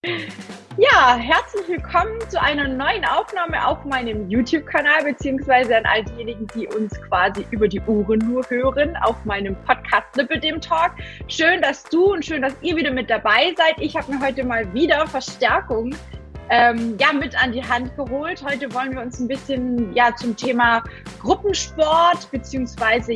Ja, herzlich willkommen zu einer neuen Aufnahme auf meinem YouTube-Kanal, beziehungsweise an all diejenigen, die uns quasi über die Ohren nur hören, auf meinem Podcast Lipidem Talk. Schön, dass du und schön, dass ihr wieder mit dabei seid. Ich habe mir heute mal wieder Verstärkung mit an die Hand geholt. Heute wollen wir uns ein bisschen zum Thema Gruppensport, beziehungsweise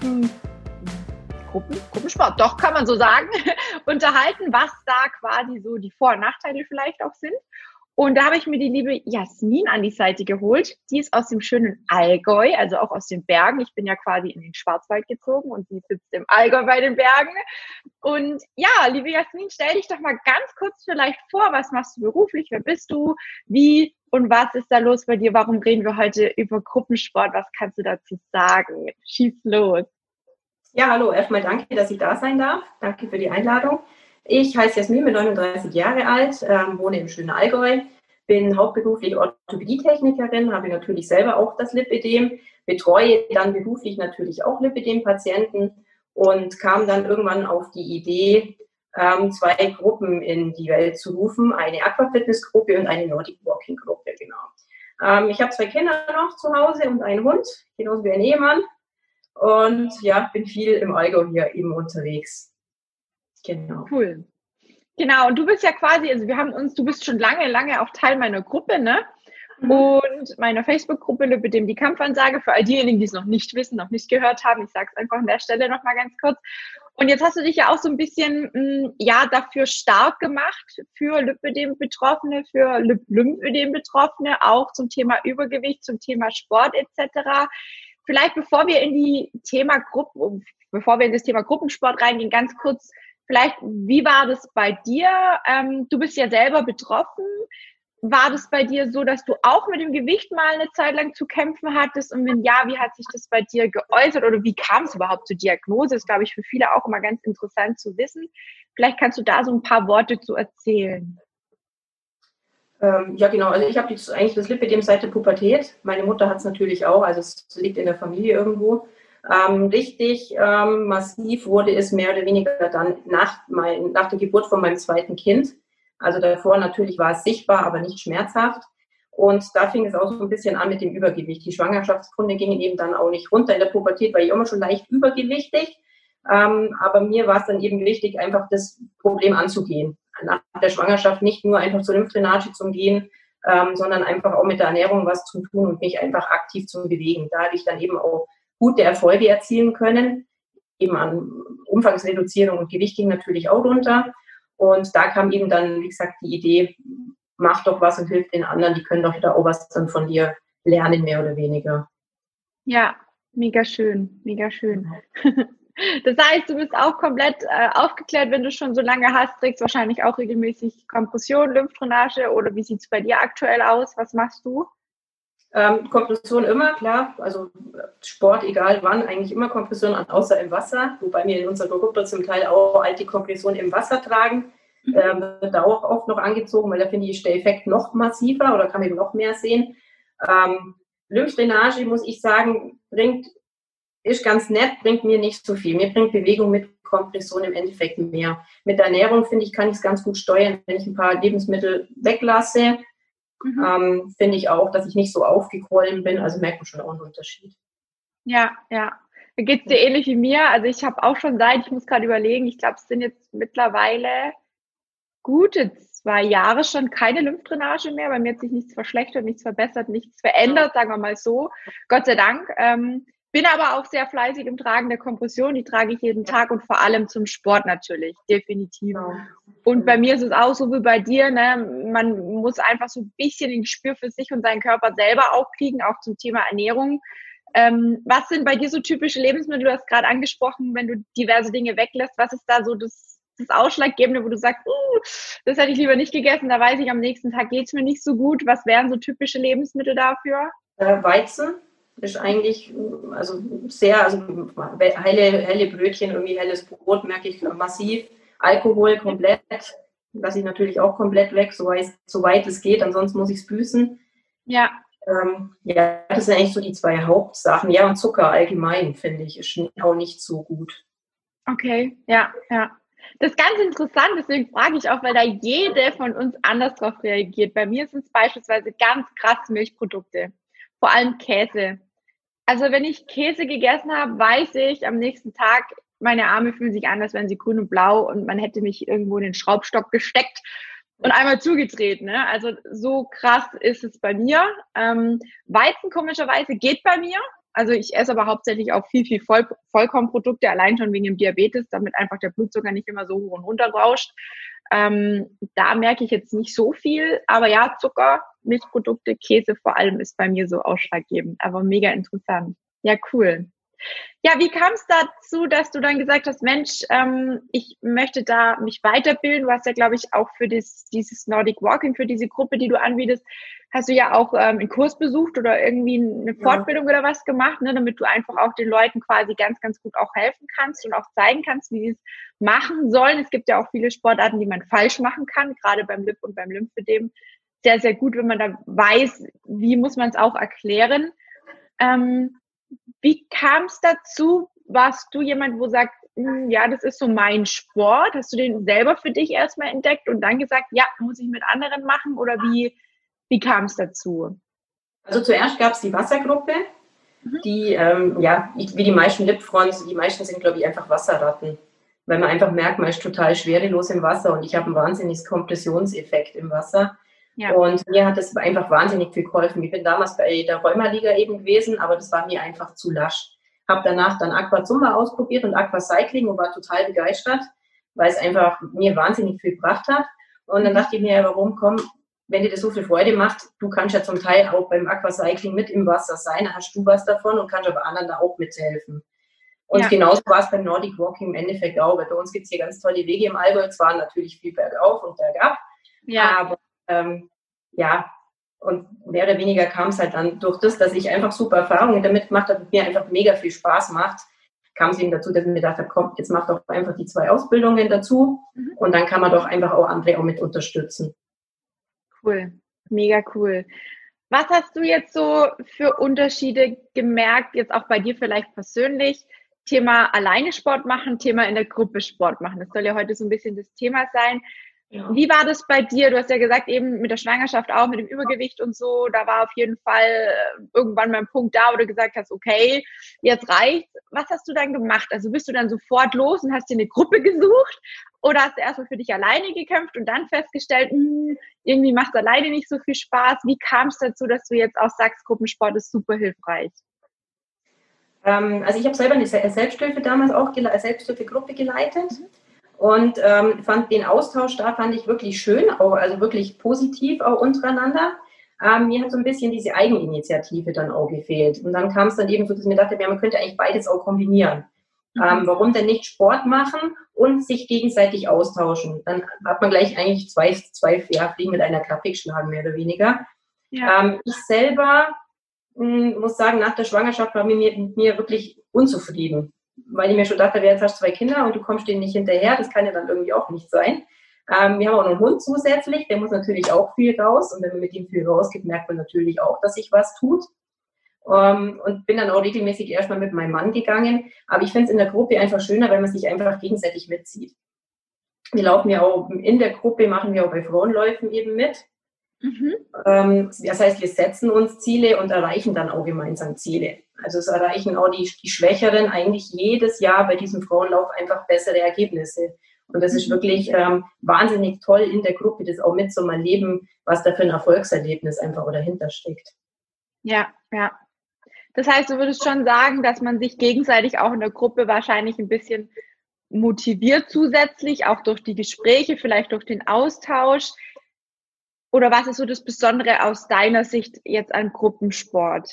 Gruppensport, doch, kann man so sagen, unterhalten, was da quasi so die Vor- und Nachteile vielleicht auch sind. Und da habe ich mir die liebe Jasmin an die Seite geholt. Die ist aus dem schönen Allgäu, also auch aus den Bergen. Ich bin ja quasi in den Schwarzwald gezogen und sie sitzt im Allgäu bei den Bergen. Und ja, liebe Jasmin, stell dich doch mal ganz kurz vielleicht vor, was machst du beruflich, wer bist du, wie und was ist da los bei dir? Warum reden wir heute über Gruppensport? Was kannst du dazu sagen? Schieß los. Ja, hallo, erstmal danke, dass ich da sein darf. Danke für die Einladung. Ich heiße Jasmin, bin 39 Jahre alt, wohne im schönen Allgäu, bin hauptberuflich Orthopädietechnikerin, habe natürlich selber auch das Lipödem, betreue dann beruflich natürlich auch Lipödem-Patienten und kam dann irgendwann auf die Idee, zwei Gruppen in die Welt zu rufen, eine Aquafitness-Gruppe und eine Nordic Walking-Gruppe, genau. Ich habe zwei Kinder noch zu Hause und einen Hund, genauso wie ein Ehemann. Und ja, bin viel im Allgäu hier eben unterwegs. Genau. Cool. Genau, und du bist ja quasi, also du bist schon lange auch Teil meiner Gruppe, ne? Und meiner Facebook-Gruppe Lipödem die Kampfansage, für all diejenigen, die es noch nicht wissen, noch nicht gehört haben, ich sage es einfach an der Stelle nochmal ganz kurz. Und jetzt hast du dich ja auch so ein bisschen dafür stark gemacht, für Lipödem-Betroffene, für Lymphödem-Betroffene, auch zum Thema Übergewicht, zum Thema Sport etc. Vielleicht bevor wir in das Thema Gruppensport reingehen, ganz kurz, vielleicht, wie war das bei dir? Du bist ja selber betroffen. War das bei dir so, dass du auch mit dem Gewicht mal eine Zeit lang zu kämpfen hattest? Und wenn ja, wie hat sich das bei dir geäußert oder wie kam es überhaupt zur Diagnose? Das ist, glaube ich, für viele auch immer ganz interessant zu wissen. Vielleicht kannst du da so ein paar Worte zu erzählen. Ja, genau. Also ich habe eigentlich das Lipödem seit der Pubertät. Meine Mutter hat es natürlich auch, also es liegt in der Familie irgendwo. Richtig massiv wurde es mehr oder weniger dann nach der Geburt von meinem zweiten Kind. Also davor natürlich war es sichtbar, aber nicht schmerzhaft. Und da fing es auch so ein bisschen an mit dem Übergewicht. Die Schwangerschaftskunde gingen eben dann auch nicht runter. In der Pubertät war ich immer schon leicht übergewichtig. Aber mir war es dann eben wichtig, einfach das Problem anzugehen. Nach der Schwangerschaft nicht nur einfach zur Lymphdrainage zu gehen, sondern einfach auch mit der Ernährung was zu tun und mich einfach aktiv zu bewegen. Da habe ich dann eben auch gute Erfolge erzielen können. Eben an Umfangsreduzierung und Gewicht ging natürlich auch runter. Und da kam eben dann, wie gesagt, die Idee, mach doch was und hilf den anderen, die können doch da auch was dann von dir lernen, mehr oder weniger. Ja, mega schön, mega schön. Das heißt, du bist auch komplett aufgeklärt, wenn du schon so lange hast, trägst wahrscheinlich auch regelmäßig Kompression, Lymphdrainage oder wie sieht es bei dir aktuell aus? Was machst du? Kompression immer, klar. Also Sport, egal wann, eigentlich immer Kompression, außer im Wasser. Wobei wir in unserer Gruppe zum Teil auch alte Kompression im Wasser tragen. Wird da auch oft noch angezogen, weil da finde ich, ist der Effekt noch massiver oder kann man eben noch mehr sehen. Lymphdrainage, muss ich sagen, ist ganz nett, bringt mir nicht so viel. Mir bringt Bewegung mit Kompression im Endeffekt mehr. Mit der Ernährung, finde ich, kann ich es ganz gut steuern, wenn ich ein paar Lebensmittel weglasse. Finde ich auch, dass ich nicht so aufgequollen bin. Also merkt man schon auch einen Unterschied. Ja. Da geht es dir ähnlich wie mir. Also ich habe auch schon ich muss gerade überlegen, ich glaube, es sind jetzt mittlerweile gute 2 Jahre schon keine Lymphdrainage mehr. Bei mir hat sich nichts verschlechtert, nichts verbessert, nichts verändert, sagen wir mal so. Gott sei Dank. Bin aber auch sehr fleißig im Tragen der Kompression. Die trage ich jeden Tag und vor allem zum Sport natürlich, definitiv. Und bei mir ist es auch so wie bei dir, ne? Man muss einfach so ein bisschen ein Gespür für sich und seinen Körper selber auch kriegen, auch zum Thema Ernährung. Was sind bei dir so typische Lebensmittel? Du hast gerade angesprochen, wenn du diverse Dinge weglässt. Was ist da so das Ausschlaggebende, wo du sagst, das hätte ich lieber nicht gegessen, da weiß ich, am nächsten Tag geht es mir nicht so gut. Was wären so typische Lebensmittel dafür? Weizen ist eigentlich helle Brötchen, irgendwie helles Brot, merke ich massiv. Alkohol komplett, lasse ich natürlich auch komplett weg, soweit es geht, ansonsten muss ich es büßen. Ja. Das sind eigentlich so die zwei Hauptsachen. Ja, und Zucker allgemein, finde ich, ist auch nicht so gut. Okay, ja. Das ist ganz interessant, deswegen frage ich auch, weil da jede von uns anders drauf reagiert. Bei mir sind es beispielsweise ganz krass Milchprodukte, vor allem Käse. Also wenn ich Käse gegessen habe, weiß ich am nächsten Tag, meine Arme fühlen sich an, als wären sie grün und blau und man hätte mich irgendwo in den Schraubstock gesteckt und einmal zugedreht. Ne? Also so krass ist es bei mir. Weizen komischerweise geht bei mir. Also ich esse aber hauptsächlich auch viel Vollkornprodukte, allein schon wegen dem Diabetes, damit einfach der Blutzucker nicht immer so hoch und runter rauscht. Da merke ich jetzt nicht so viel, aber ja, Zucker, Milchprodukte, Käse vor allem ist bei mir so ausschlaggebend, aber mega interessant. Ja, cool. Ja, wie kam es dazu, dass du dann gesagt hast, Mensch, ich möchte da mich weiterbilden? Du hast ja, glaube ich, auch für dieses Nordic Walking, für diese Gruppe, die du anbietest, hast du ja auch einen Kurs besucht oder irgendwie eine Fortbildung oder was gemacht, ne, damit du einfach auch den Leuten quasi ganz gut auch helfen kannst und auch zeigen kannst, wie sie es machen sollen. Es gibt ja auch viele Sportarten, die man falsch machen kann, gerade beim Lip- und beim Lymphödem. Sehr gut, wenn man da weiß, wie muss man es auch erklären. Wie kam es dazu? Warst du jemand, wo sagt, ja, das ist so mein Sport? Hast du den selber für dich erstmal entdeckt und dann gesagt, ja, muss ich mit anderen machen? Oder wie kam es dazu? Also zuerst gab es die Wassergruppe, die, wie die meisten Lipfronts, die meisten sind, glaube ich, einfach Wasserratten. Weil man einfach merkt, man ist total schwerelos im Wasser und ich habe einen wahnsinnigen Kompressionseffekt im Wasser. Ja. Und mir hat das einfach wahnsinnig viel geholfen. Ich bin damals bei der Rheumaliga eben gewesen, aber das war mir einfach zu lasch. Habe danach dann Aqua Zumba ausprobiert und Aqua Cycling und war total begeistert, weil es einfach mir wahnsinnig viel gebracht hat. Und dann dachte ich mir, warum, komm, wenn dir das so viel Freude macht, du kannst ja zum Teil auch beim Aqua Cycling mit im Wasser sein, dann hast du was davon und kannst aber anderen da auch mithelfen. Und genauso war es beim Nordic Walking im Endeffekt auch, weil bei uns gibt es hier ganz tolle Wege im Allgäu, zwar natürlich viel bergauf und bergab, aber und mehr oder weniger kam es halt dann durch das, dass ich einfach super Erfahrungen damit gemacht habe und mir einfach mega viel Spaß macht, kam es eben dazu, dass ich mir gedacht habe, komm, jetzt mach doch einfach die 2 Ausbildungen dazu und dann kann man doch einfach auch andere auch mit unterstützen. Cool, mega cool. Was hast du jetzt so für Unterschiede gemerkt, jetzt auch bei dir vielleicht persönlich? Thema alleine Sport machen, Thema in der Gruppe Sport machen. Das soll ja heute so ein bisschen das Thema sein. Ja. Wie war das bei dir? Du hast ja gesagt, eben mit der Schwangerschaft auch, mit dem Übergewicht und so, da war auf jeden Fall irgendwann mal ein Punkt da, wo du gesagt hast, okay, jetzt reicht's. Was hast du dann gemacht? Also bist du dann sofort los und hast dir eine Gruppe gesucht oder hast du erstmal für dich alleine gekämpft und dann festgestellt, irgendwie macht es alleine nicht so viel Spaß? Wie kam es dazu, dass du jetzt auch sagst, Gruppensport ist super hilfreich? Also ich habe selber eine Selbsthilfe damals auch, Selbsthilfegruppe geleitet. Und fand den Austausch da, fand ich wirklich schön, auch, also wirklich positiv auch untereinander. Mir hat so ein bisschen diese Eigeninitiative dann auch gefehlt. Und dann kam es dann eben so, dass ich mir dachte, ja, man könnte eigentlich beides auch kombinieren. Warum denn nicht Sport machen und sich gegenseitig austauschen? Dann hat man gleich eigentlich zwei Fliegen mit einer Klappe geschlagen, mehr oder weniger. Ja. Ich selber muss sagen, nach der Schwangerschaft war mir wirklich unzufrieden. Weil ich mir schon dachte, jetzt hast du 2 Kinder und du kommst denen nicht hinterher, das kann ja dann irgendwie auch nicht sein. Wir haben auch noch einen Hund zusätzlich, der muss natürlich auch viel raus und wenn man mit ihm viel rausgeht, merkt man natürlich auch, dass sich was tut. Und bin dann auch regelmäßig erstmal mit meinem Mann gegangen, aber ich finde es in der Gruppe einfach schöner, wenn man sich einfach gegenseitig mitzieht. Wir laufen ja auch in der Gruppe, machen wir auch bei Frauenläufen eben mit. Das heißt, wir setzen uns Ziele und erreichen dann auch gemeinsam Ziele. Also es erreichen auch die Schwächeren eigentlich jedes Jahr bei diesem Frauenlauf einfach bessere Ergebnisse. Und das ist wirklich wahnsinnig toll in der Gruppe, das auch mit so mal erleben, was da für ein Erfolgserlebnis einfach dahinter steckt. Ja. Das heißt, du würdest schon sagen, dass man sich gegenseitig auch in der Gruppe wahrscheinlich ein bisschen motiviert zusätzlich, auch durch die Gespräche, vielleicht durch den Austausch. Oder was ist so das Besondere aus deiner Sicht jetzt an Gruppensport?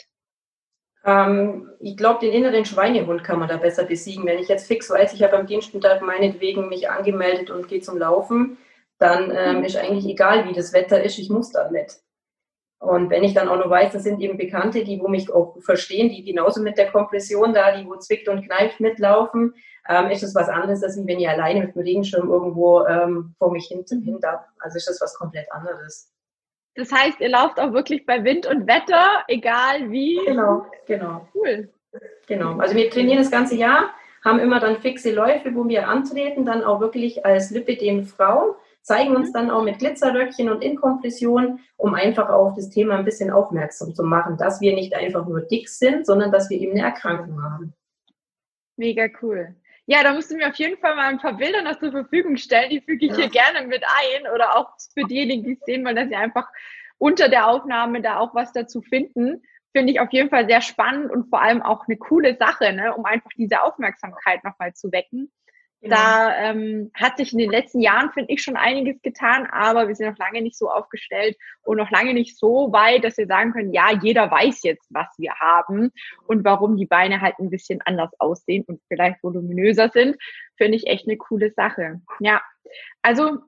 Ich glaube, den inneren Schweinehund kann man da besser besiegen. Wenn ich jetzt fix weiß, ich habe am Dienstag meinetwegen mich angemeldet und gehe zum Laufen, dann ist eigentlich egal, wie das Wetter ist, ich muss da mit. Und wenn ich dann auch noch weiß, das sind eben Bekannte, die wo mich auch verstehen, die genauso mit der Kompression da, die wo zwickt und kneift mitlaufen, ist das was anderes, als wenn ich alleine mit dem Regenschirm irgendwo vor mich hin darf. Also ist das was komplett anderes. Das heißt, ihr lauft auch wirklich bei Wind und Wetter, egal wie? Genau. Cool. Genau. Also wir trainieren das ganze Jahr, haben immer dann fixe Läufe, wo wir antreten, dann auch wirklich als Lipidem-Frauen, zeigen uns dann auch mit Glitzerröckchen und in Kompression, um einfach auf das Thema ein bisschen aufmerksam zu machen, dass wir nicht einfach nur dick sind, sondern dass wir eben eine Erkrankung haben. Mega cool. Ja, da musst du mir auf jeden Fall mal ein paar Bilder noch zur Verfügung stellen. Die füge ich hier gerne mit ein oder auch für diejenigen, die es sehen wollen, dass sie einfach unter der Aufnahme da auch was dazu finden. Finde ich auf jeden Fall sehr spannend und vor allem auch eine coole Sache, ne, um einfach diese Aufmerksamkeit nochmal zu wecken. Genau. Da hat sich in den letzten Jahren, finde ich, schon einiges getan, aber wir sind noch lange nicht so aufgestellt und noch lange nicht so weit, dass wir sagen können, ja, jeder weiß jetzt, was wir haben und warum die Beine halt ein bisschen anders aussehen und vielleicht voluminöser sind, finde ich echt eine coole Sache. Ja, also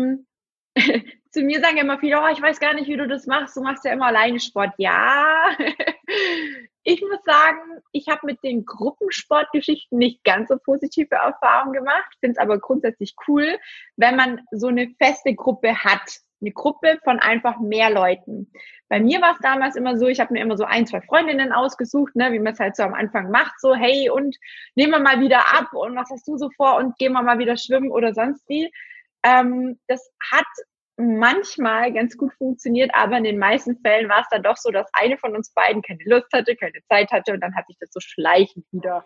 zu mir sagen immer viele, oh, ich weiß gar nicht, wie du das machst, du machst ja immer alleine Sport. Ja, ich muss sagen, ich habe mit den Gruppensportgeschichten nicht ganz so positive Erfahrungen gemacht, finde es aber grundsätzlich cool, wenn man so eine feste Gruppe hat. Eine Gruppe von einfach mehr Leuten. Bei mir war es damals immer so, ich habe mir immer so 1, 2 Freundinnen ausgesucht, ne, wie man es halt so am Anfang macht, so hey und nehmen wir mal wieder ab und was hast du so vor und gehen wir mal wieder schwimmen oder sonst wie. Das hat manchmal ganz gut funktioniert, aber in den meisten Fällen war es dann doch so, dass eine von uns beiden keine Lust hatte, keine Zeit hatte und dann hat sich das so schleichend wieder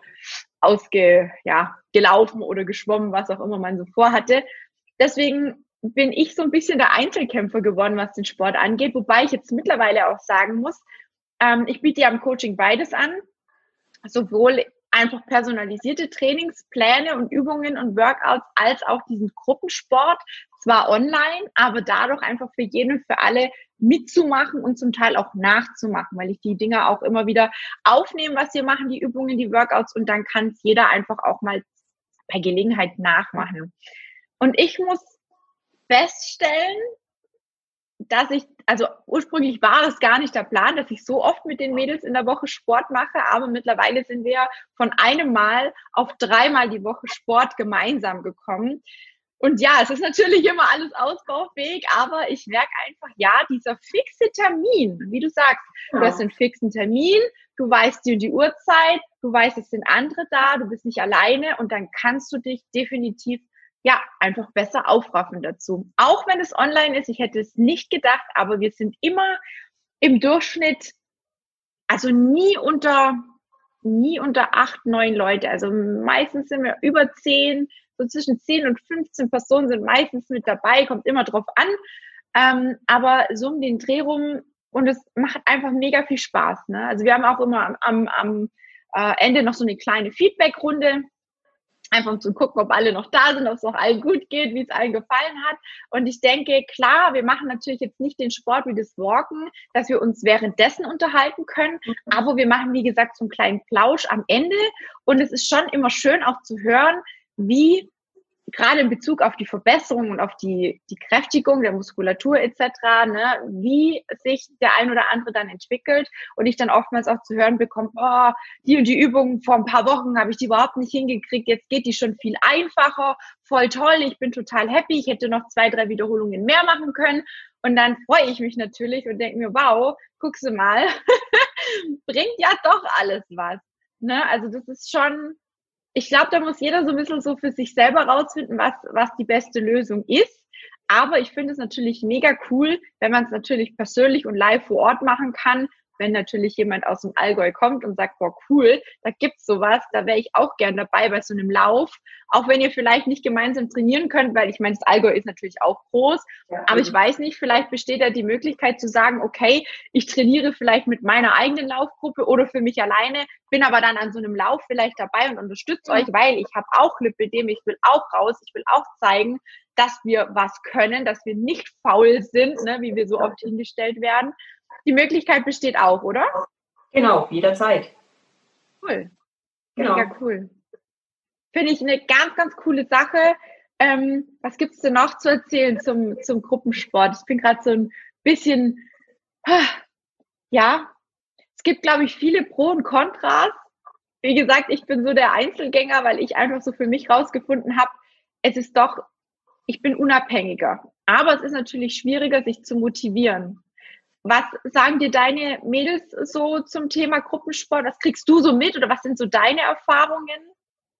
gelaufen oder geschwommen, was auch immer man so vorhatte. Deswegen bin ich so ein bisschen der Einzelkämpfer geworden, was den Sport angeht, wobei ich jetzt mittlerweile auch sagen muss, ich biete ja im Coaching beides an, sowohl einfach personalisierte Trainingspläne und Übungen und Workouts als auch diesen Gruppensport, zwar online, aber dadurch einfach für jeden und für alle mitzumachen und zum Teil auch nachzumachen, weil ich die Dinge auch immer wieder aufnehme, was wir machen, die Übungen, die Workouts und dann kann es jeder einfach auch mal bei Gelegenheit nachmachen. Und ich muss feststellen, dass also ursprünglich war es gar nicht der Plan, dass ich so oft mit den Mädels in der Woche Sport mache, aber mittlerweile sind wir von einem Mal auf 3-mal die Woche Sport gemeinsam gekommen. Und ja, es ist natürlich immer alles ausbaufähig, aber ich merke einfach, ja, dieser fixe Termin, wie du sagst, du hast einen fixen Termin, du weißt die Uhrzeit, du weißt, es sind andere da, du bist nicht alleine und dann kannst du dich definitiv einfach besser aufraffen dazu. Auch wenn es online ist, ich hätte es nicht gedacht, aber wir sind immer im Durchschnitt, also nie unter 8, 9 Leute. Also meistens sind wir über 10, so zwischen 10 und 15 Personen sind meistens mit dabei, kommt immer drauf an. Aber so um den Dreh rum und es macht einfach mega viel Spaß. Ne? Also wir haben auch immer am Ende noch so eine kleine Feedback-Runde, einfach um zu gucken, ob alle noch da sind, ob es auch allen gut geht, wie es allen gefallen hat. Und ich denke, klar, wir machen natürlich jetzt nicht den Sport wie das Walken, dass wir uns währenddessen unterhalten können, aber wir machen, wie gesagt, so einen kleinen Plausch am Ende. Und es ist schon immer schön auch zu hören, wie gerade in Bezug auf die Verbesserung und auf die Kräftigung der Muskulatur etc., ne, wie sich der ein oder andere dann entwickelt und ich dann oftmals auch zu hören bekomme, oh, die und die Übung vor ein paar Wochen habe ich die überhaupt nicht hingekriegt, jetzt geht die schon viel einfacher, voll toll, ich bin total happy, ich hätte noch 2, 3 Wiederholungen mehr machen können und dann freue ich mich natürlich und denke mir, wow, guckst du mal, bringt ja doch alles was. Ne? Also das ist schon... Ich glaube, da muss jeder so ein bisschen so für sich selber rausfinden, was die beste Lösung ist. Aber ich finde es natürlich mega cool, wenn man es natürlich persönlich und live vor Ort machen kann. Wenn natürlich jemand aus dem Allgäu kommt und sagt, boah, cool, da gibt's sowas, da wäre ich auch gern dabei bei so einem Lauf. Auch wenn ihr vielleicht nicht gemeinsam trainieren könnt, weil ich meine, das Allgäu ist natürlich auch groß. Aber ich weiß nicht, vielleicht besteht da die Möglichkeit zu sagen, okay, ich trainiere vielleicht mit meiner eigenen Laufgruppe oder für mich alleine, bin aber dann an so einem Lauf vielleicht dabei und unterstütze euch, weil ich habe auch Lipödem, ich will auch raus, ich will auch zeigen, dass wir was können, dass wir nicht faul sind, ne, wie wir so oft hingestellt werden. Die Möglichkeit besteht auch, oder? Genau, jederzeit. Cool. Genau. Mega cool. Finde ich eine ganz, ganz coole Sache. Was gibt es denn noch zu erzählen zum Gruppensport? Ich bin gerade so ein bisschen, es gibt, glaube ich, viele Pro und Kontras. Wie gesagt, ich bin so der Einzelgänger, weil ich einfach so für mich rausgefunden habe, ich bin unabhängiger. Aber es ist natürlich schwieriger, sich zu motivieren. Was sagen dir deine Mädels so zum Thema Gruppensport? Was kriegst du so mit oder was sind so deine Erfahrungen?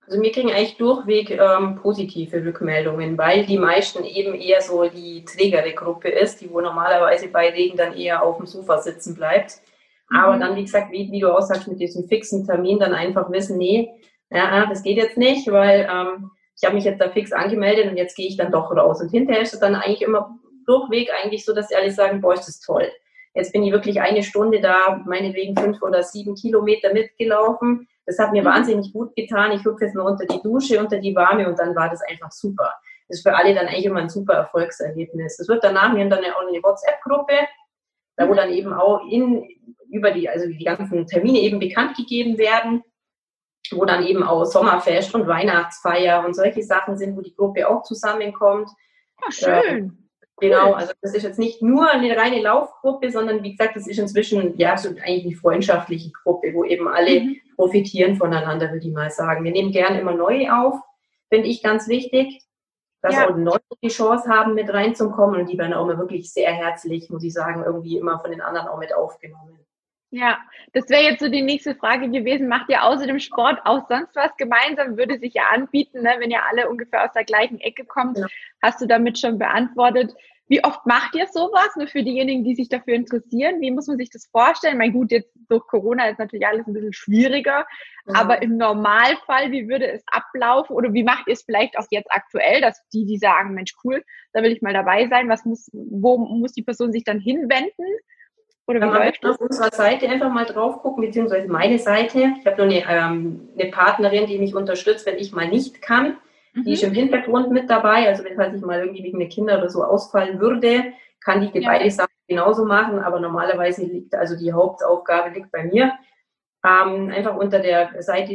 Also wir kriegen eigentlich durchweg positive Rückmeldungen, weil die meisten eben eher so die trägere Gruppe ist, die wo normalerweise bei Regen dann eher auf dem Sofa sitzen bleibt. Aber dann, wie gesagt, wie du auch sagst, mit diesem fixen Termin dann einfach wissen, nee, ja, das geht jetzt nicht, weil ich habe mich jetzt da fix angemeldet und jetzt gehe ich dann doch raus. Und hinterher ist es dann eigentlich immer durchweg eigentlich so, dass sie alle sagen, boah, ist das toll. Jetzt bin ich wirklich eine Stunde da, meinetwegen 5 oder 7 Kilometer mitgelaufen. Das hat mir wahnsinnig gut getan. Ich hüpfe jetzt nur unter die Dusche, unter die Warme und dann war das einfach super. Das ist für alle dann eigentlich immer ein super Erfolgserlebnis. Das wird danach, wir haben dann auch eine WhatsApp-Gruppe, da wo dann eben auch über die ganzen Termine eben bekannt gegeben werden, wo dann eben auch Sommerfest und Weihnachtsfeier und solche Sachen sind, wo die Gruppe auch zusammenkommt. Oh, schön. Genau, also das ist jetzt nicht nur eine reine Laufgruppe, sondern wie gesagt, das ist inzwischen ja so eigentlich eine freundschaftliche Gruppe, wo eben alle profitieren voneinander, würde ich mal sagen. Wir nehmen gern immer neue auf, finde ich ganz wichtig, dass auch Leute die Chance haben, mit reinzukommen und die werden auch immer wirklich sehr herzlich, muss ich sagen, irgendwie immer von den anderen auch mit aufgenommen. Ja, das wäre jetzt so die nächste Frage gewesen. Macht ihr außer dem Sport auch sonst was gemeinsam? Würde sich ja anbieten, ne? Wenn ihr alle ungefähr aus der gleichen Ecke kommt. Genau. Hast du damit schon beantwortet. Wie oft macht ihr sowas? Nur für diejenigen, die sich dafür interessieren. Wie muss man sich das vorstellen? Mein gut, jetzt durch Corona ist natürlich alles ein bisschen schwieriger. Ja. Aber im Normalfall, wie würde es ablaufen? Oder wie macht ihr es vielleicht auch jetzt aktuell, dass die sagen, Mensch, cool, da will ich mal dabei sein. Wo muss die Person sich dann hinwenden? Oder wie man auf unserer Seite einfach mal drauf gucken, beziehungsweise meine Seite. Ich habe nur eine Partnerin, die mich unterstützt, wenn ich mal nicht kann. Die ist im Hintergrund mit dabei. Also wenn ich mal irgendwie wegen der Kinder oder so ausfallen würde, kann die beide Sachen genauso machen. Aber normalerweise liegt also die Hauptaufgabe liegt bei mir. Einfach unter der Seite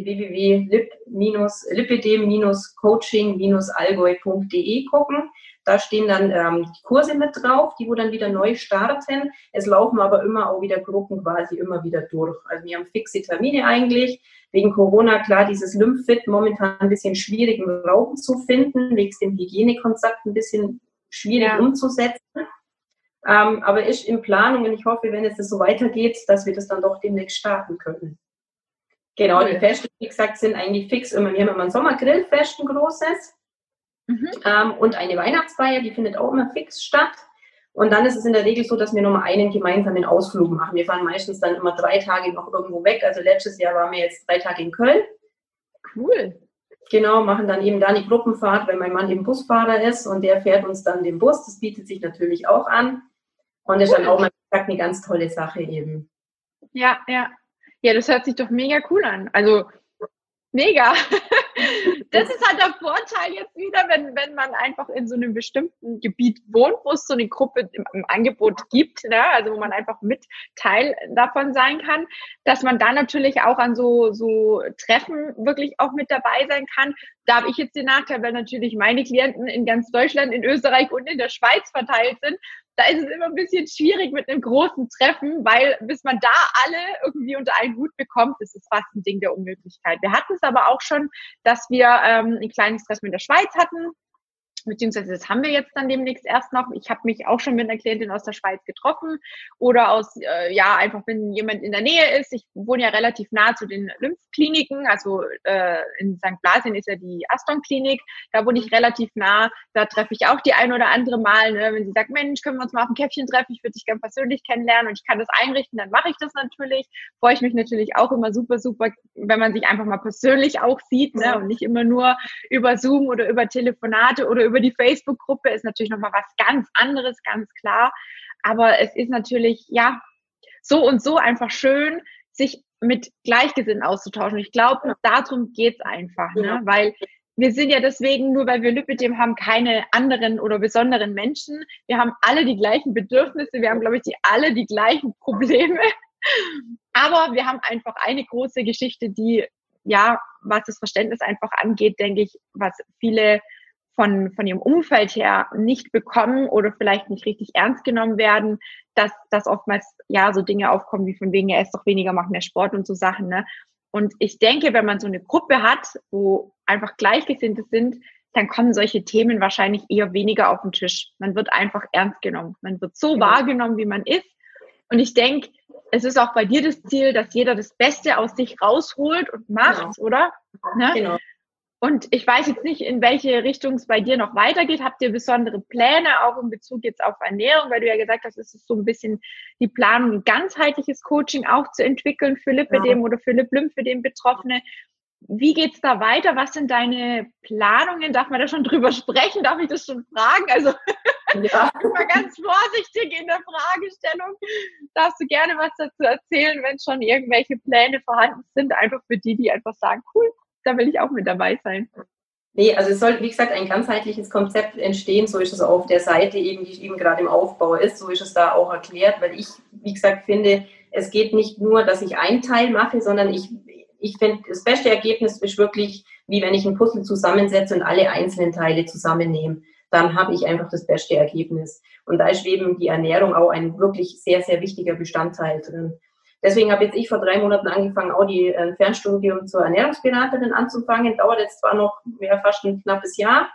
www.lipidem-coaching-allgäu.de gucken. Da stehen dann die Kurse mit drauf, die wo dann wieder neu starten. Es laufen aber immer auch wieder Gruppen quasi immer wieder durch. Also wir haben fixe Termine eigentlich. Wegen Corona, klar, dieses Lymphfit momentan ein bisschen schwierig im Raum zu finden, wegen dem Hygienekonzept ein bisschen schwierig umzusetzen. Aber ist in Planung und ich hoffe, wenn es das so weitergeht, dass wir das dann doch demnächst starten können. Genau, die Feste, wie gesagt, sind eigentlich fix immer. Wir haben immer ein Sommergrillfest, ein großes. Und eine Weihnachtsfeier, die findet auch immer fix statt. Und dann ist es in der Regel so, dass wir nochmal einen gemeinsamen Ausflug machen. Wir fahren meistens dann immer 3 Tage noch irgendwo weg. Also letztes Jahr waren wir jetzt 3 Tage in Köln. Cool. Genau, machen dann eben da die Gruppenfahrt, weil mein Mann eben Busfahrer ist und der fährt uns dann den Bus. Das bietet sich natürlich auch an. Und das ist dann auch mal eine ganz tolle Sache eben. Ja, das hört sich doch mega cool an. Also mega. Das ist halt der Vorteil jetzt wieder, wenn man einfach in so einem bestimmten Gebiet wohnt, wo es so eine Gruppe im Angebot gibt, ne? Also wo man einfach mit Teil davon sein kann, dass man da natürlich auch an so Treffen wirklich auch mit dabei sein kann. Da habe ich jetzt den Nachteil, weil natürlich meine Klienten in ganz Deutschland, in Österreich und in der Schweiz verteilt sind. Da ist es immer ein bisschen schwierig mit einem großen Treffen, weil bis man da alle irgendwie unter einen Hut bekommt, ist es fast ein Ding der Unmöglichkeit. Wir hatten es aber auch schon, dass wir ein kleines Treffen in der Schweiz hatten, beziehungsweise das haben wir jetzt dann demnächst erst noch. Ich habe mich auch schon mit einer Klientin aus der Schweiz getroffen oder einfach wenn jemand in der Nähe ist. Ich wohne ja relativ nah zu den Lymphkliniken, also in St. Blasien ist ja die Aston-Klinik, da wohne ich relativ nah, da treffe ich auch die ein oder andere Mal, ne? Wenn sie sagt, Mensch, können wir uns mal auf ein Käffchen treffen, ich würde dich gerne persönlich kennenlernen und ich kann das einrichten, dann mache ich das natürlich. Freue ich mich natürlich auch immer super, super, wenn man sich einfach mal persönlich auch sieht, ne? Und nicht immer nur über Zoom oder über Telefonate oder über die Facebook-Gruppe, ist natürlich nochmal was ganz anderes, ganz klar. Aber es ist natürlich, so und so einfach schön, sich mit Gleichgesinnten auszutauschen. Ich glaube, darum geht's einfach, ne? Weil wir sind ja deswegen, nur weil wir Lipidem haben, keine anderen oder besonderen Menschen. Wir haben alle die gleichen Bedürfnisse, wir haben, glaube ich, alle die gleichen Probleme. Aber wir haben einfach eine große Geschichte, die, was das Verständnis einfach angeht, denke ich, was viele von ihrem Umfeld her nicht bekommen oder vielleicht nicht richtig ernst genommen werden, dass oftmals so Dinge aufkommen wie von wegen, ess doch weniger, mach mehr Sport und so Sachen, ne? Und ich denke, wenn man so eine Gruppe hat, wo einfach Gleichgesinnte sind, dann kommen solche Themen wahrscheinlich eher weniger auf den Tisch. Man wird einfach ernst genommen. Man wird so wahrgenommen, wie man ist. Und ich denke, es ist auch bei dir das Ziel, dass jeder das Beste aus sich rausholt und macht, oder? Ne? Genau. Und ich weiß jetzt nicht, in welche Richtung es bei dir noch weitergeht. Habt ihr besondere Pläne, auch in Bezug jetzt auf Ernährung, weil du ja gesagt hast, es ist so ein bisschen die Planung, ein ganzheitliches Coaching auch zu entwickeln für Lipödem oder für Lip-Lymphödem-Betroffene. Wie geht's da weiter? Was sind deine Planungen? Darf man da schon drüber sprechen? Darf ich das schon fragen? Also Ja. ich bin mal ganz vorsichtig in der Fragestellung. Darfst du gerne was dazu erzählen, wenn schon irgendwelche Pläne vorhanden sind, einfach für die, die einfach sagen, cool, da will ich auch mit dabei sein. Nee, also es soll, wie gesagt, ein ganzheitliches Konzept entstehen. So ist es auch auf der Seite eben, die eben gerade im Aufbau ist. So ist es da auch erklärt, weil ich, wie gesagt, finde, es geht nicht nur, dass ich einen Teil mache, sondern ich finde, das beste Ergebnis ist wirklich, wie wenn ich ein Puzzle zusammensetze und alle einzelnen Teile zusammennehme. Dann habe ich einfach das beste Ergebnis. Und da ist eben die Ernährung auch ein wirklich sehr, sehr wichtiger Bestandteil drin. Deswegen habe jetzt ich vor 3 Monaten angefangen, auch die Fernstudium zur Ernährungsberaterin anzufangen. Dauert jetzt zwar noch fast ein knappes Jahr.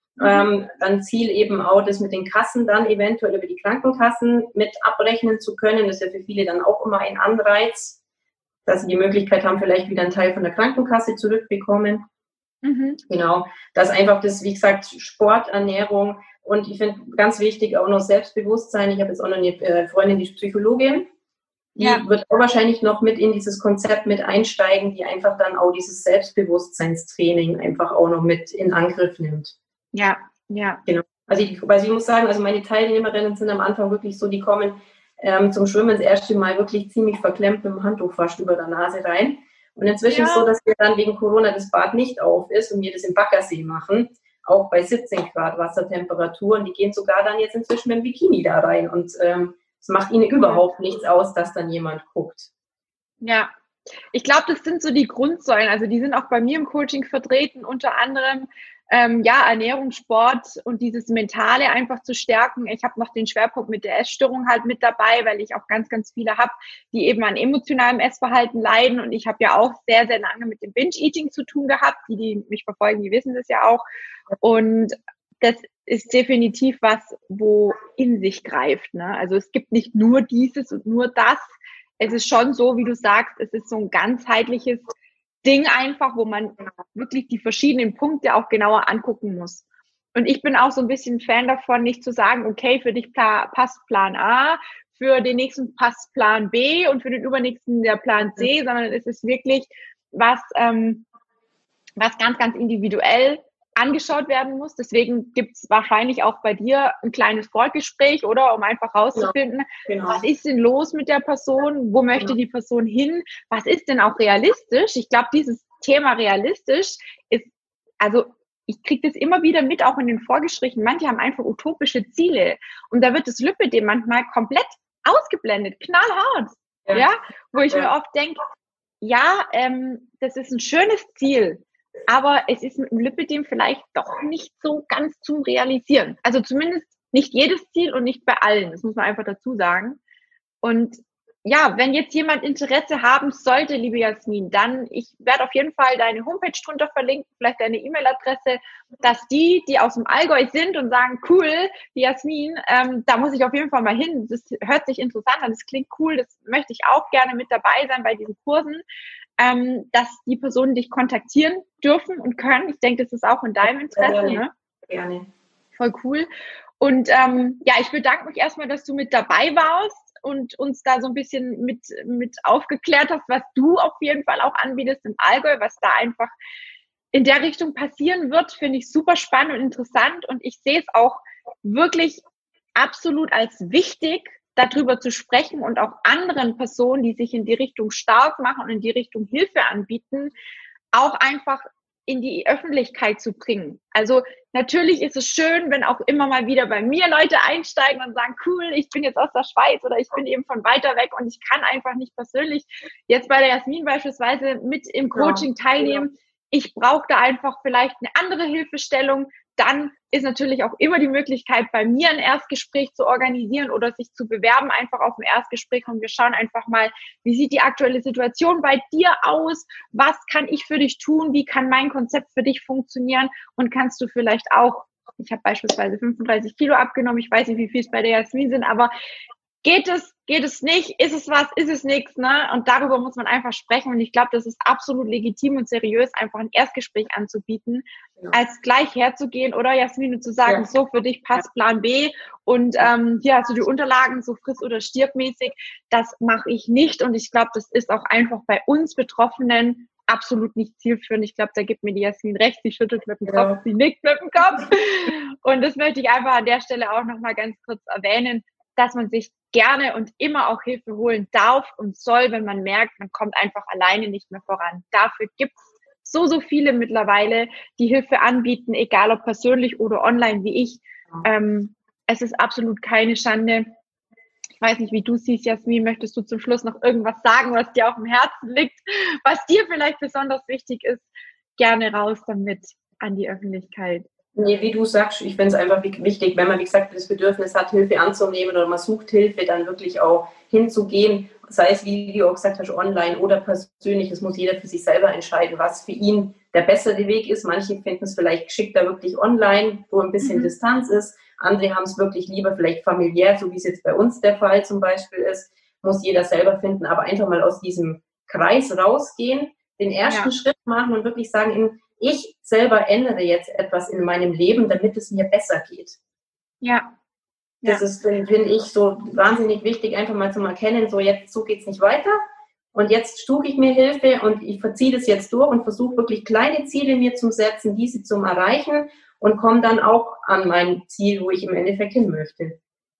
Dann Ziel eben auch, das mit den Kassen dann eventuell über die Krankenkassen mit abrechnen zu können. Das ist ja für viele dann auch immer ein Anreiz, dass sie die Möglichkeit haben, vielleicht wieder einen Teil von der Krankenkasse zurückbekommen. Genau, dass einfach das, wie gesagt, Sport, Ernährung und ich finde ganz wichtig auch noch Selbstbewusstsein. Ich habe jetzt auch noch eine Freundin, die ist Psychologin. Die wird auch wahrscheinlich noch mit in dieses Konzept mit einsteigen, die einfach dann auch dieses Selbstbewusstseinstraining einfach auch noch mit in Angriff nimmt. Ja. Genau. Also ich muss sagen, also meine Teilnehmerinnen sind am Anfang wirklich so, die kommen zum Schwimmen das erste Mal wirklich ziemlich verklemmt mit dem Handtuch fast über der Nase rein. Und inzwischen ist es so, dass wir dann wegen Corona das Bad nicht auf ist und wir das im Baggersee machen, auch bei 17 Grad Wassertemperatur. Und die gehen sogar dann jetzt inzwischen mit dem Bikini da rein und es macht ihnen überhaupt nichts aus, dass dann jemand guckt. Ja, ich glaube, das sind so die Grundsäulen. Also die sind auch bei mir im Coaching vertreten, unter anderem Ernährung, Sport und dieses Mentale einfach zu stärken. Ich habe noch den Schwerpunkt mit der Essstörung halt mit dabei, weil ich auch ganz, ganz viele habe, die eben an emotionalem Essverhalten leiden. Und ich habe ja auch sehr, sehr lange mit dem Binge-Eating zu tun gehabt. Die mich verfolgen, die wissen das ja auch. Und das ist definitiv was, wo in sich greift. Ne? Also es gibt nicht nur dieses und nur das. Es ist schon so, wie du sagst, es ist so ein ganzheitliches Ding einfach, wo man wirklich die verschiedenen Punkte auch genauer angucken muss. Und ich bin auch so ein bisschen Fan davon, nicht zu sagen, okay, für dich passt Plan A, für den nächsten passt Plan B und für den übernächsten der Plan C, sondern es ist wirklich was ganz, ganz individuell angeschaut werden muss. Deswegen gibt es wahrscheinlich auch bei dir ein kleines Vorgespräch, oder? Um einfach rauszufinden, was ist denn los mit der Person? Wo möchte die Person hin? Was ist denn auch realistisch? Ich glaube, dieses Thema realistisch ist, also ich kriege das immer wieder mit, auch in den Vorgesprächen. Manche haben einfach utopische Ziele. Und da wird das Lipödem manchmal komplett ausgeblendet, knallhart. Ja? Wo ich mir oft denke, das ist ein schönes Ziel, aber es ist mit dem Lipödem vielleicht doch nicht so ganz zum Realisieren. Also zumindest nicht jedes Ziel und nicht bei allen. Das muss man einfach dazu sagen. Und ja, wenn jetzt jemand Interesse haben sollte, liebe Jasmin, dann, ich werde auf jeden Fall deine Homepage drunter verlinken, vielleicht deine E-Mail-Adresse, dass die aus dem Allgäu sind und sagen, cool, die Jasmin, da muss ich auf jeden Fall mal hin. Das hört sich interessant an, das klingt cool, das möchte ich auch gerne mit dabei sein bei diesen Kursen, dass die Personen dich kontaktieren dürfen und können. Ich denke, das ist auch in deinem Interesse. Gerne. Ne? Gerne. Voll cool. Und ich bedanke mich erstmal, dass du mit dabei warst und uns da so ein bisschen mit aufgeklärt hast, was du auf jeden Fall auch anbietest im Allgäu, was da einfach in der Richtung passieren wird, finde ich super spannend und interessant. Und ich sehe es auch wirklich absolut als wichtig, darüber zu sprechen und auch anderen Personen, die sich in die Richtung stark machen und in die Richtung Hilfe anbieten, auch einfach in die Öffentlichkeit zu bringen. Also natürlich ist es schön, wenn auch immer mal wieder bei mir Leute einsteigen und sagen, cool, ich bin jetzt aus der Schweiz oder ich bin eben von weiter weg und ich kann einfach nicht persönlich jetzt bei der Jasmin beispielsweise mit im Coaching teilnehmen. Ich brauche da einfach vielleicht eine andere Hilfestellung. Dann ist natürlich auch immer die Möglichkeit, bei mir ein Erstgespräch zu organisieren oder sich zu bewerben, einfach auf ein Erstgespräch. Und wir schauen einfach mal, wie sieht die aktuelle Situation bei dir aus? Was kann ich für dich tun? Wie kann mein Konzept für dich funktionieren? Und kannst du vielleicht auch, ich habe beispielsweise 35 Kilo abgenommen, ich weiß nicht, wie viel es bei der Jasmin sind, aber geht es nicht, ist es was, ist es nichts, ne? Und darüber muss man einfach sprechen. Und ich glaube, das ist absolut legitim und seriös, einfach ein Erstgespräch anzubieten, als gleich herzugehen oder Jasmin zu sagen, so für dich passt Plan B und hier hast du die Unterlagen, so friss- oder stirbmäßig. Das mache ich nicht. Und ich glaube, das ist auch einfach bei uns Betroffenen absolut nicht zielführend. Ich glaube, da gibt mir die Jasmin recht, sie schüttelt mit dem Kopf, sie nickt mit dem Kopf. Und das möchte ich einfach an der Stelle auch nochmal ganz kurz erwähnen, dass man sich gerne und immer auch Hilfe holen darf und soll, wenn man merkt, man kommt einfach alleine nicht mehr voran. Dafür gibt es so viele mittlerweile, die Hilfe anbieten, egal ob persönlich oder online wie ich. Es ist absolut keine Schande. Ich weiß nicht, wie du siehst, Jasmin, möchtest du zum Schluss noch irgendwas sagen, was dir auf dem Herzen liegt, was dir vielleicht besonders wichtig ist? Gerne raus damit an die Öffentlichkeit. Nee, wie du sagst, ich finde es einfach wichtig, wenn man, wie gesagt, das Bedürfnis hat, Hilfe anzunehmen oder man sucht Hilfe, dann wirklich auch hinzugehen, sei es, wie du auch gesagt hast, online oder persönlich. Das muss jeder für sich selber entscheiden, was für ihn der bessere Weg ist. Manche finden es vielleicht geschickter wirklich online, wo ein bisschen Distanz ist. Andere haben es wirklich lieber vielleicht familiär, so wie es jetzt bei uns der Fall zum Beispiel ist. Muss jeder selber finden, aber einfach mal aus diesem Kreis rausgehen, den ersten Schritt machen und wirklich sagen, ich selber ändere jetzt etwas in meinem Leben, damit es mir besser geht. Ja. Das ist, finde ich, so wahnsinnig wichtig, einfach mal zu erkennen, so geht es nicht weiter. Und jetzt suche ich mir Hilfe und ich verziehe das jetzt durch und versuche wirklich kleine Ziele mir zu setzen, diese zu erreichen und komme dann auch an mein Ziel, wo ich im Endeffekt hin möchte.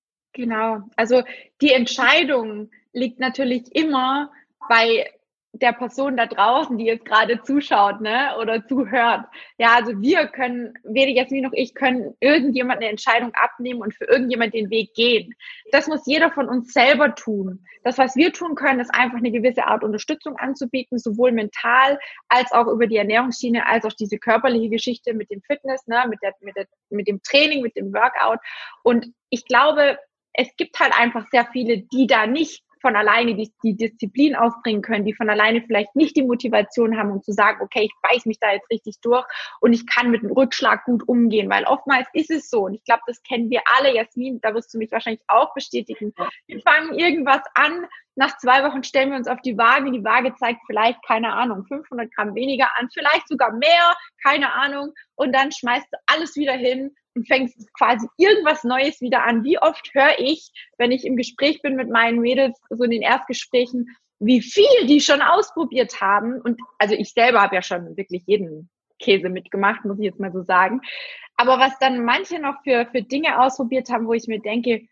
Genau. Also die Entscheidung liegt natürlich immer bei der Person da draußen, die jetzt gerade zuschaut, ne, oder zuhört. Ja, also wir können, weder Jasmin noch ich, können irgendjemand eine Entscheidung abnehmen und für irgendjemand den Weg gehen. Das muss jeder von uns selber tun. Das, was wir tun können, ist einfach eine gewisse Art Unterstützung anzubieten, sowohl mental als auch über die Ernährungsschiene, als auch diese körperliche Geschichte mit dem Fitness, ne, mit dem Training, mit dem Workout. Und ich glaube, es gibt halt einfach sehr viele, die da nicht von alleine die Disziplin aufbringen können, die von alleine vielleicht nicht die Motivation haben, um zu sagen, okay, ich beiß mich da jetzt richtig durch und ich kann mit dem Rückschlag gut umgehen, weil oftmals ist es so und ich glaube, das kennen wir alle, Jasmin, da wirst du mich wahrscheinlich auch bestätigen. Wir fangen irgendwas an, nach 2 Wochen stellen wir uns auf die Waage zeigt vielleicht, keine Ahnung, 500 Gramm weniger an, vielleicht sogar mehr, keine Ahnung, und dann schmeißt du alles wieder hin und fängst quasi irgendwas Neues wieder an. Wie oft höre ich, wenn ich im Gespräch bin mit meinen Mädels, so in den Erstgesprächen, wie viel die schon ausprobiert haben. Und also ich selber habe ja schon wirklich jeden Käse mitgemacht, muss ich jetzt mal so sagen. Aber was dann manche noch für Dinge ausprobiert haben, wo ich mir denke,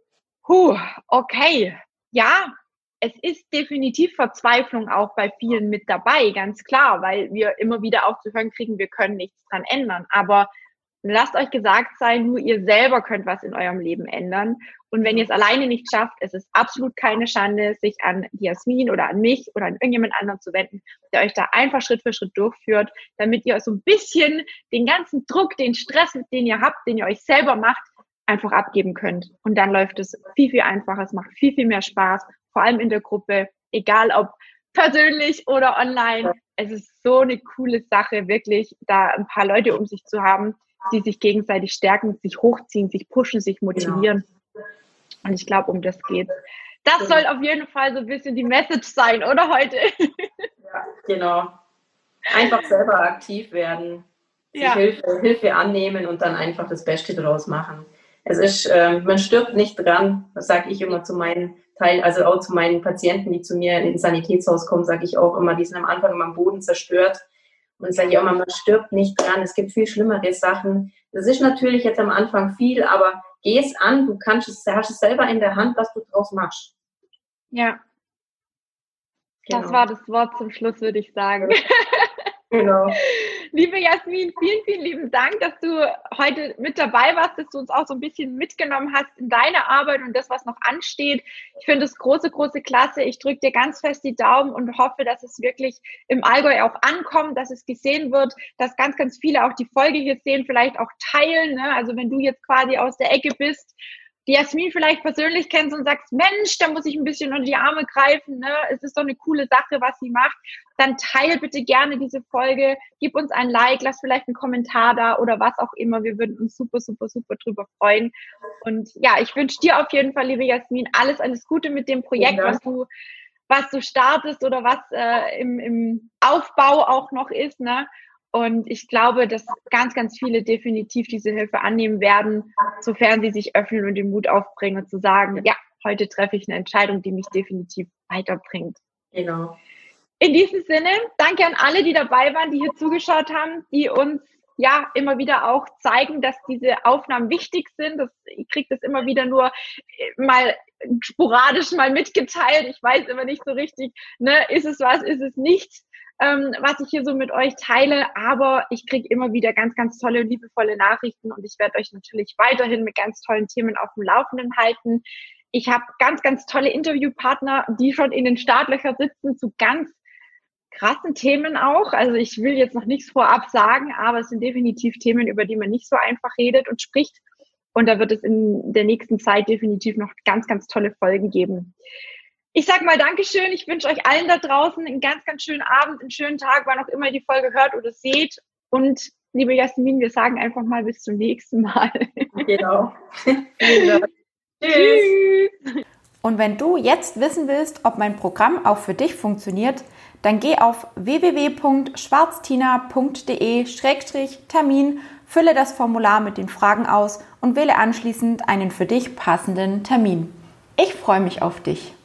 okay, ja, es ist definitiv Verzweiflung auch bei vielen mit dabei, ganz klar, weil wir immer wieder auch zu hören kriegen, wir können nichts dran ändern. Aber lasst euch gesagt sein, nur ihr selber könnt was in eurem Leben ändern. Und wenn ihr es alleine nicht schafft, es ist absolut keine Schande, sich an die Jasmin oder an mich oder an irgendjemand anderen zu wenden, der euch da einfach Schritt für Schritt durchführt, damit ihr so ein bisschen den ganzen Druck, den Stress, den ihr habt, den ihr euch selber macht, einfach abgeben könnt. Und dann läuft es viel, viel einfacher. Es macht viel, viel mehr Spaß, vor allem in der Gruppe, egal ob persönlich oder online. Es ist so eine coole Sache, wirklich da ein paar Leute um sich zu haben, die sich gegenseitig stärken, sich hochziehen, sich pushen, sich motivieren. Genau. Und ich glaube, um das geht's. Das soll auf jeden Fall so ein bisschen die Message sein, oder heute? Ja, genau. Einfach selber aktiv werden, sich Hilfe annehmen und dann einfach das Beste draus machen. Es ist, man stirbt nicht dran, das sage ich immer zu meinen Teilen, also auch zu meinen Patienten, die zu mir ins Sanitätshaus kommen, sage ich auch immer, die sind am Anfang immer am Boden zerstört. Und sage ich auch immer, man stirbt nicht dran, es gibt viel schlimmere Sachen. Das ist natürlich jetzt am Anfang viel, aber geh es an, du hast es selber in der Hand, was du draus machst. Ja. Genau. Das war das Wort zum Schluss, würde ich sagen. Genau. Liebe Jasmin, vielen, vielen lieben Dank, dass du heute mit dabei warst, dass du uns auch so ein bisschen mitgenommen hast in deine Arbeit und das, was noch ansteht. Ich finde es große, große Klasse. Ich drücke dir ganz fest die Daumen und hoffe, dass es wirklich im Allgäu auch ankommt, dass es gesehen wird, dass ganz, ganz viele auch die Folge hier sehen, vielleicht auch teilen. Ne? Also wenn du jetzt quasi aus der Ecke bist die Jasmin vielleicht persönlich kennst und sagst, Mensch, da muss ich ein bisschen unter die Arme greifen, ne? Es ist doch eine coole Sache, was sie macht, dann teile bitte gerne diese Folge, gib uns ein Like, lass vielleicht einen Kommentar da oder was auch immer. Wir würden uns super, super, super drüber freuen. Und ja, ich wünsche dir auf jeden Fall, liebe Jasmin, alles Gute mit dem Projekt, was du startest oder was im Aufbau auch noch ist, ne? Und ich glaube, dass ganz, ganz viele definitiv diese Hilfe annehmen werden, sofern sie sich öffnen und den Mut aufbringen und zu sagen, ja, heute treffe ich eine Entscheidung, die mich definitiv weiterbringt. Genau. In diesem Sinne, danke an alle, die dabei waren, die hier zugeschaut haben, die uns ja immer wieder auch zeigen, dass diese Aufnahmen wichtig sind. Ich kriege das immer wieder nur mal sporadisch mal mitgeteilt. Ich weiß immer nicht so richtig, ne, ist es was, ist es nichts, was ich hier so mit euch teile. Aber ich kriege immer wieder ganz, ganz tolle, liebevolle Nachrichten und ich werde euch natürlich weiterhin mit ganz tollen Themen auf dem Laufenden halten. Ich habe ganz, ganz tolle Interviewpartner, die schon in den Startlöchern sitzen zu ganz krassen Themen auch. Also ich will jetzt noch nichts vorab sagen, aber es sind definitiv Themen, über die man nicht so einfach redet und spricht. Und da wird es in der nächsten Zeit definitiv noch ganz, ganz tolle Folgen geben. Ich sage mal Dankeschön. Ich wünsche euch allen da draußen einen ganz, ganz schönen Abend, einen schönen Tag, wann auch immer ihr die Folge hört oder seht. Und liebe Jasmin, wir sagen einfach mal bis zum nächsten Mal. Genau. Vielen Dank. Tschüss. Und wenn du jetzt wissen willst, ob mein Programm auch für dich funktioniert, dann geh auf www.schwarztina.de/Termin, fülle das Formular mit den Fragen aus und wähle anschließend einen für dich passenden Termin. Ich freue mich auf dich.